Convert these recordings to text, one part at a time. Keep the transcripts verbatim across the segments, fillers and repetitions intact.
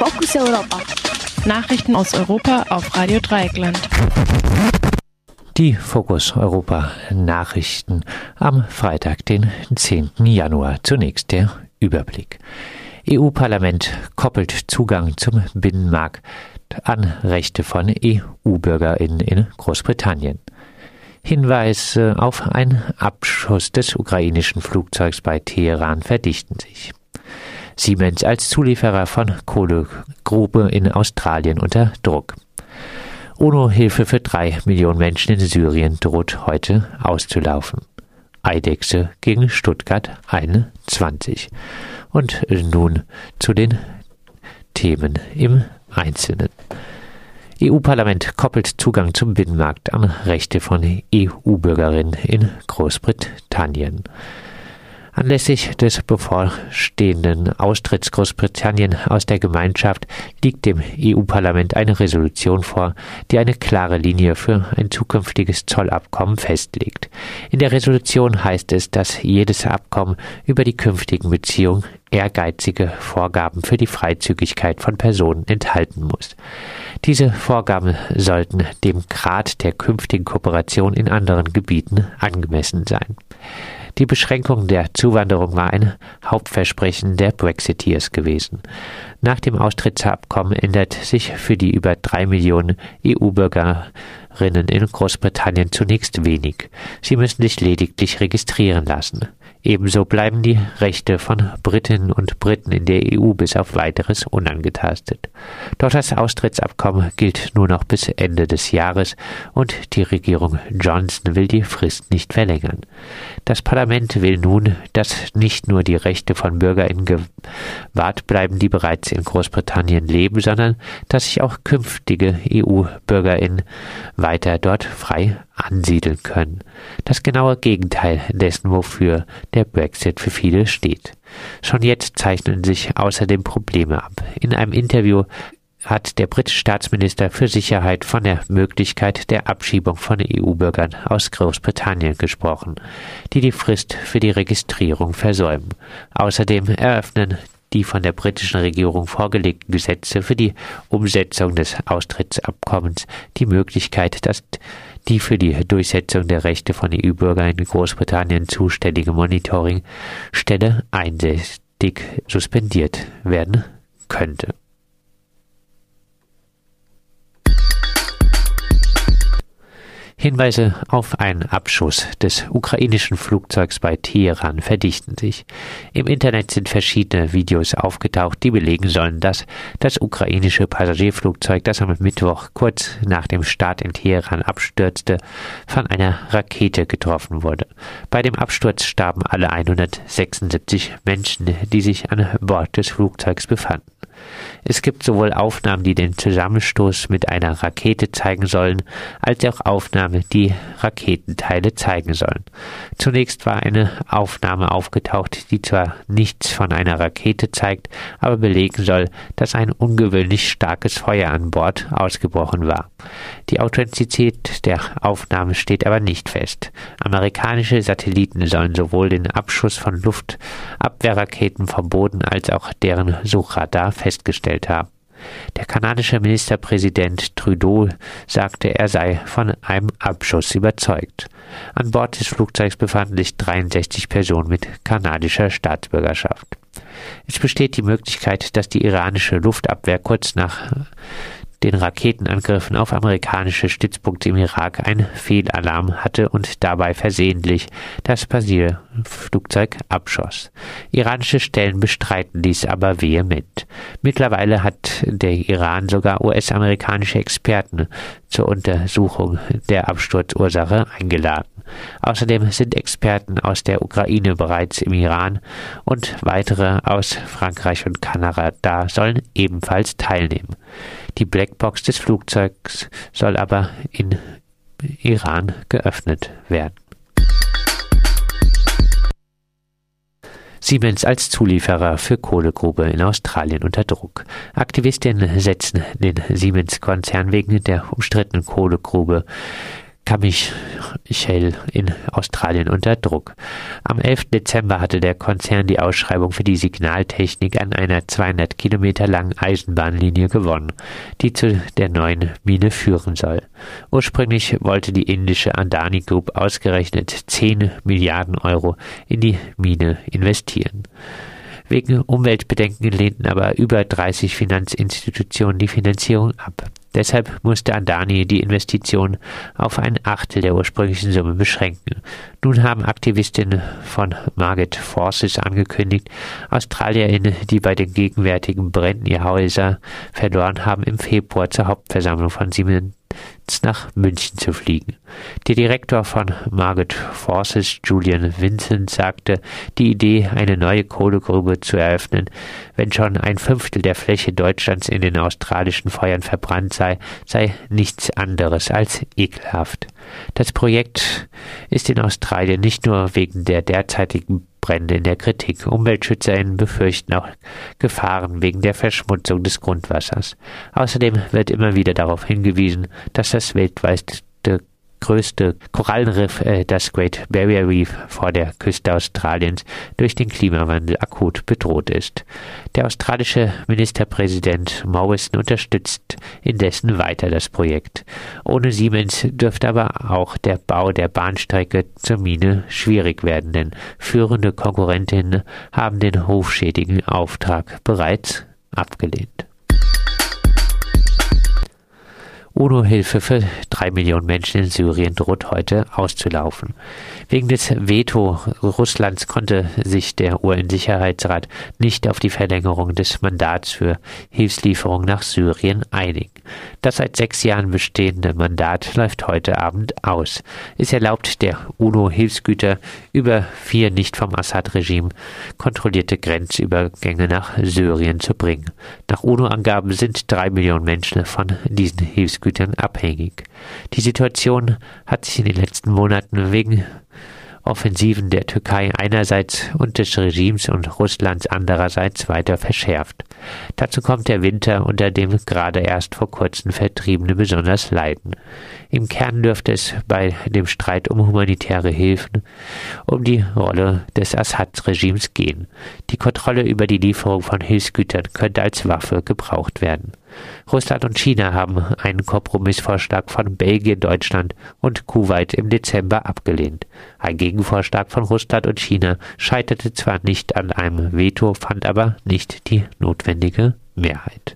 Fokus Europa. Nachrichten aus Europa auf Radio Dreieckland. Die Fokus Europa Nachrichten am Freitag, den zehnten Januar. Zunächst der Überblick. E U-Parlament koppelt Zugang zum Binnenmarkt an Rechte von E U-BürgerInnen in Großbritannien. Hinweise auf einen Abschuss des ukrainischen Flugzeugs bei Teheran verdichten sich. Siemens als Zulieferer von Kohlegrube in Australien unter Druck. UNO-Hilfe für drei Millionen Menschen in Syrien droht heute auszulaufen. Eidechse gegen Stuttgart einundzwanzig. Und nun zu den Themen im Einzelnen. E U-Parlament koppelt Zugang zum Binnenmarkt an Rechte von E U-Bürgerinnen in Großbritannien. Anlässlich des bevorstehenden Austritts Großbritannien aus der Gemeinschaft liegt dem E U-Parlament eine Resolution vor, die eine klare Linie für ein zukünftiges Zollabkommen festlegt. In der Resolution heißt es, dass jedes Abkommen über die künftigen Beziehungen ehrgeizige Vorgaben für die Freizügigkeit von Personen enthalten muss. Diese Vorgaben sollten dem Grad der künftigen Kooperation in anderen Gebieten angemessen sein. Die Beschränkung der Zuwanderung war ein Hauptversprechen der Brexiteers gewesen. Nach dem Austrittsabkommen ändert sich für die über drei Millionen E U-Bürgerinnen in Großbritannien zunächst wenig. Sie müssen sich lediglich registrieren lassen. Ebenso bleiben die Rechte von Britinnen und Briten in der E U bis auf Weiteres unangetastet. Doch das Austrittsabkommen gilt nur noch bis Ende des Jahres und die Regierung Johnson will die Frist nicht verlängern. Das Parlament will nun, dass nicht nur die Rechte von BürgerInnen gewahrt bleiben, die bereits in Großbritannien leben, sondern dass sich auch künftige E U-BürgerInnen weiter dort frei ansiedeln können. Das genaue Gegenteil dessen, wofür der Brexit für viele steht. Schon jetzt zeichnen sich außerdem Probleme ab. In einem Interview hat der britische Staatsminister für Sicherheit von der Möglichkeit der Abschiebung von E U-Bürgern aus Großbritannien gesprochen, die die Frist für die Registrierung versäumen. Außerdem eröffnen die von der britischen Regierung vorgelegten Gesetze für die Umsetzung des Austrittsabkommens die Möglichkeit, dass die für die Durchsetzung der Rechte von E U-Bürgern in Großbritannien zuständige Monitoringstelle einseitig suspendiert werden könnte. Hinweise auf einen Abschuss des ukrainischen Flugzeugs bei Teheran verdichten sich. Im Internet sind verschiedene Videos aufgetaucht, die belegen sollen, dass das ukrainische Passagierflugzeug, das am Mittwoch kurz nach dem Start in Teheran abstürzte, von einer Rakete getroffen wurde. Bei dem Absturz starben alle hundertsechsundsiebzig Menschen, die sich an Bord des Flugzeugs befanden. Es gibt sowohl Aufnahmen, die den Zusammenstoß mit einer Rakete zeigen sollen, als auch Aufnahmen, die Raketenteile zeigen sollen. Zunächst war eine Aufnahme aufgetaucht, die zwar nichts von einer Rakete zeigt, aber belegen soll, dass ein ungewöhnlich starkes Feuer an Bord ausgebrochen war. Die Authentizität der Aufnahme steht aber nicht fest. Amerikanische Satelliten sollen sowohl den Abschuss von Luftabwehrraketen vom Boden als auch deren Suchradar festgestellt haben. Der kanadische Ministerpräsident Trudeau sagte, er sei von einem Abschuss überzeugt. An Bord des Flugzeugs befanden sich dreiundsechzig Personen mit kanadischer Staatsbürgerschaft. Es besteht die Möglichkeit, dass die iranische Luftabwehr kurz nach den Raketenangriffen auf amerikanische Stützpunkte im Irak einen Fehlalarm hatte und dabei versehentlich das Passagierflugzeug abschoss. Iranische Stellen bestreiten dies aber vehement. Mittlerweile hat der Iran sogar U S-amerikanische Experten zur Untersuchung der Absturzursache eingeladen. Außerdem sind Experten aus der Ukraine bereits im Iran und weitere aus Frankreich und Kanada sollen ebenfalls teilnehmen. Die Blackbox des Flugzeugs soll aber in Iran geöffnet werden. Siemens als Zulieferer für Kohlegrube in Australien unter Druck. Aktivistinnen setzen den Siemens-Konzern wegen der umstrittenen Kohlegrube Carmichael in Australien unter Druck. Am elften Dezember hatte der Konzern die Ausschreibung für die Signaltechnik an einer zweihundert Kilometer langen Eisenbahnlinie gewonnen, die zu der neuen Mine führen soll. Ursprünglich wollte die indische Adani Group ausgerechnet zehn Milliarden Euro in die Mine investieren. Wegen Umweltbedenken lehnten aber über dreißig Finanzinstitutionen die Finanzierung ab. Deshalb musste Adani die Investition auf ein Achtel der ursprünglichen Summe beschränken. Nun haben Aktivistinnen von Market Forces angekündigt, AustralierInnen, die bei den gegenwärtigen Bränden ihr Häuser verloren haben, im Februar zur Hauptversammlung von Siemens nach München zu fliegen. Der Direktor von Market Forces, Julian Vincent, sagte, die Idee, eine neue Kohlegrube zu eröffnen, wenn schon ein Fünftel der Fläche Deutschlands in den australischen Feuern verbrannt sei, sei nichts anderes als ekelhaft. Das Projekt ist in Australien nicht nur wegen der derzeitigen Brände in der Kritik. UmweltschützerInnen befürchten auch Gefahren wegen der Verschmutzung des Grundwassers. Außerdem wird immer wieder darauf hingewiesen, dass das weltweit größte Korallenriff, äh, das Great Barrier Reef vor der Küste Australiens, durch den Klimawandel akut bedroht ist. Der australische Ministerpräsident Morrison unterstützt indessen weiter das Projekt. Ohne Siemens dürfte aber auch der Bau der Bahnstrecke zur Mine schwierig werden, denn führende Konkurrentinnen haben den rufschädigen Auftrag bereits abgelehnt. UNO-Hilfe für drei Millionen Menschen in Syrien droht heute auszulaufen. Wegen des Veto Russlands konnte sich der U N-Sicherheitsrat nicht auf die Verlängerung des Mandats für Hilfslieferungen nach Syrien einigen. Das seit sechs Jahren bestehende Mandat läuft heute Abend aus. Es erlaubt der UNO Hilfsgüter über vier nicht vom Assad-Regime kontrollierte Grenzübergänge nach Syrien zu bringen. Nach UNO-Angaben sind drei Millionen Menschen von diesen Hilfsgütern Gütern abhängig. Die Situation hat sich in den letzten Monaten wegen Offensiven der Türkei einerseits und des Regimes und Russlands andererseits weiter verschärft. Dazu kommt der Winter, unter dem gerade erst vor kurzem Vertriebene besonders leiden. Im Kern dürfte es bei dem Streit um humanitäre Hilfen um die Rolle des Assad-Regimes gehen. Die Kontrolle über die Lieferung von Hilfsgütern könnte als Waffe gebraucht werden. Russland und China haben einen Kompromissvorschlag von Belgien, Deutschland und Kuwait im Dezember abgelehnt. Ein Gegenvorschlag von Russland und China scheiterte zwar nicht an einem Veto, fand aber nicht die notwendige Mehrheit.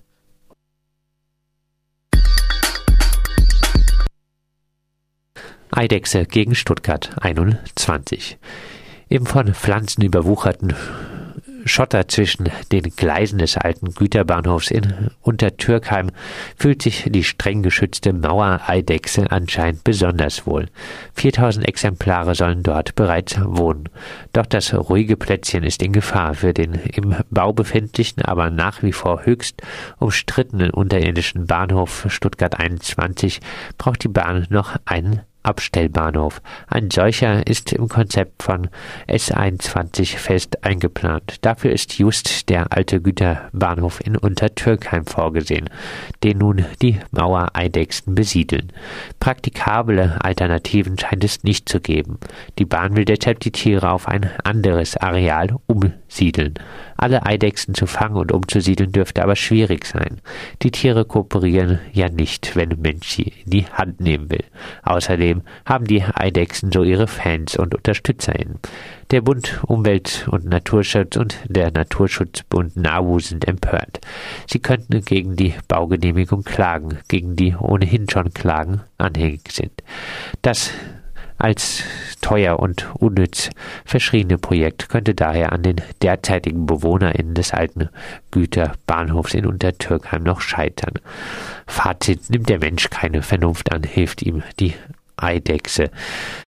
Eidechse gegen Stuttgart einundzwanzig. Im von Pflanzen überwucherten Schotter zwischen den Gleisen des alten Güterbahnhofs in Untertürkheim fühlt sich die streng geschützte Mauereidechse anscheinend besonders wohl. viertausend Exemplare sollen dort bereits wohnen. Doch das ruhige Plätzchen ist in Gefahr. Für den im Bau befindlichen, aber nach wie vor höchst umstrittenen unterirdischen Bahnhof Stuttgart einundzwanzig braucht die Bahn noch einen Abstellbahnhof. Ein solcher ist im Konzept von S einundzwanzig fest eingeplant. Dafür ist just der alte Güterbahnhof in Untertürkheim vorgesehen, den nun die Mauereidechsen besiedeln. Praktikable Alternativen scheint es nicht zu geben. Die Bahn will deshalb die Tiere auf ein anderes Areal umsiedeln. Alle Eidechsen zu fangen und umzusiedeln dürfte aber schwierig sein. Die Tiere kooperieren ja nicht, wenn ein Mensch sie in die Hand nehmen will. Außerdem haben die Eidechsen so ihre Fans und UnterstützerInnen. Der Bund Umwelt- und Naturschutz und der Naturschutzbund NABU sind empört. Sie könnten gegen die Baugenehmigung klagen, gegen die ohnehin schon Klagen anhängig sind. Das als teuer und unnütz verschriene Projekt könnte daher an den derzeitigen BewohnerInnen des alten Güterbahnhofs in Untertürkheim noch scheitern. Fazit: Nimmt der Mensch keine Vernunft an, hilft ihm die Eidechse.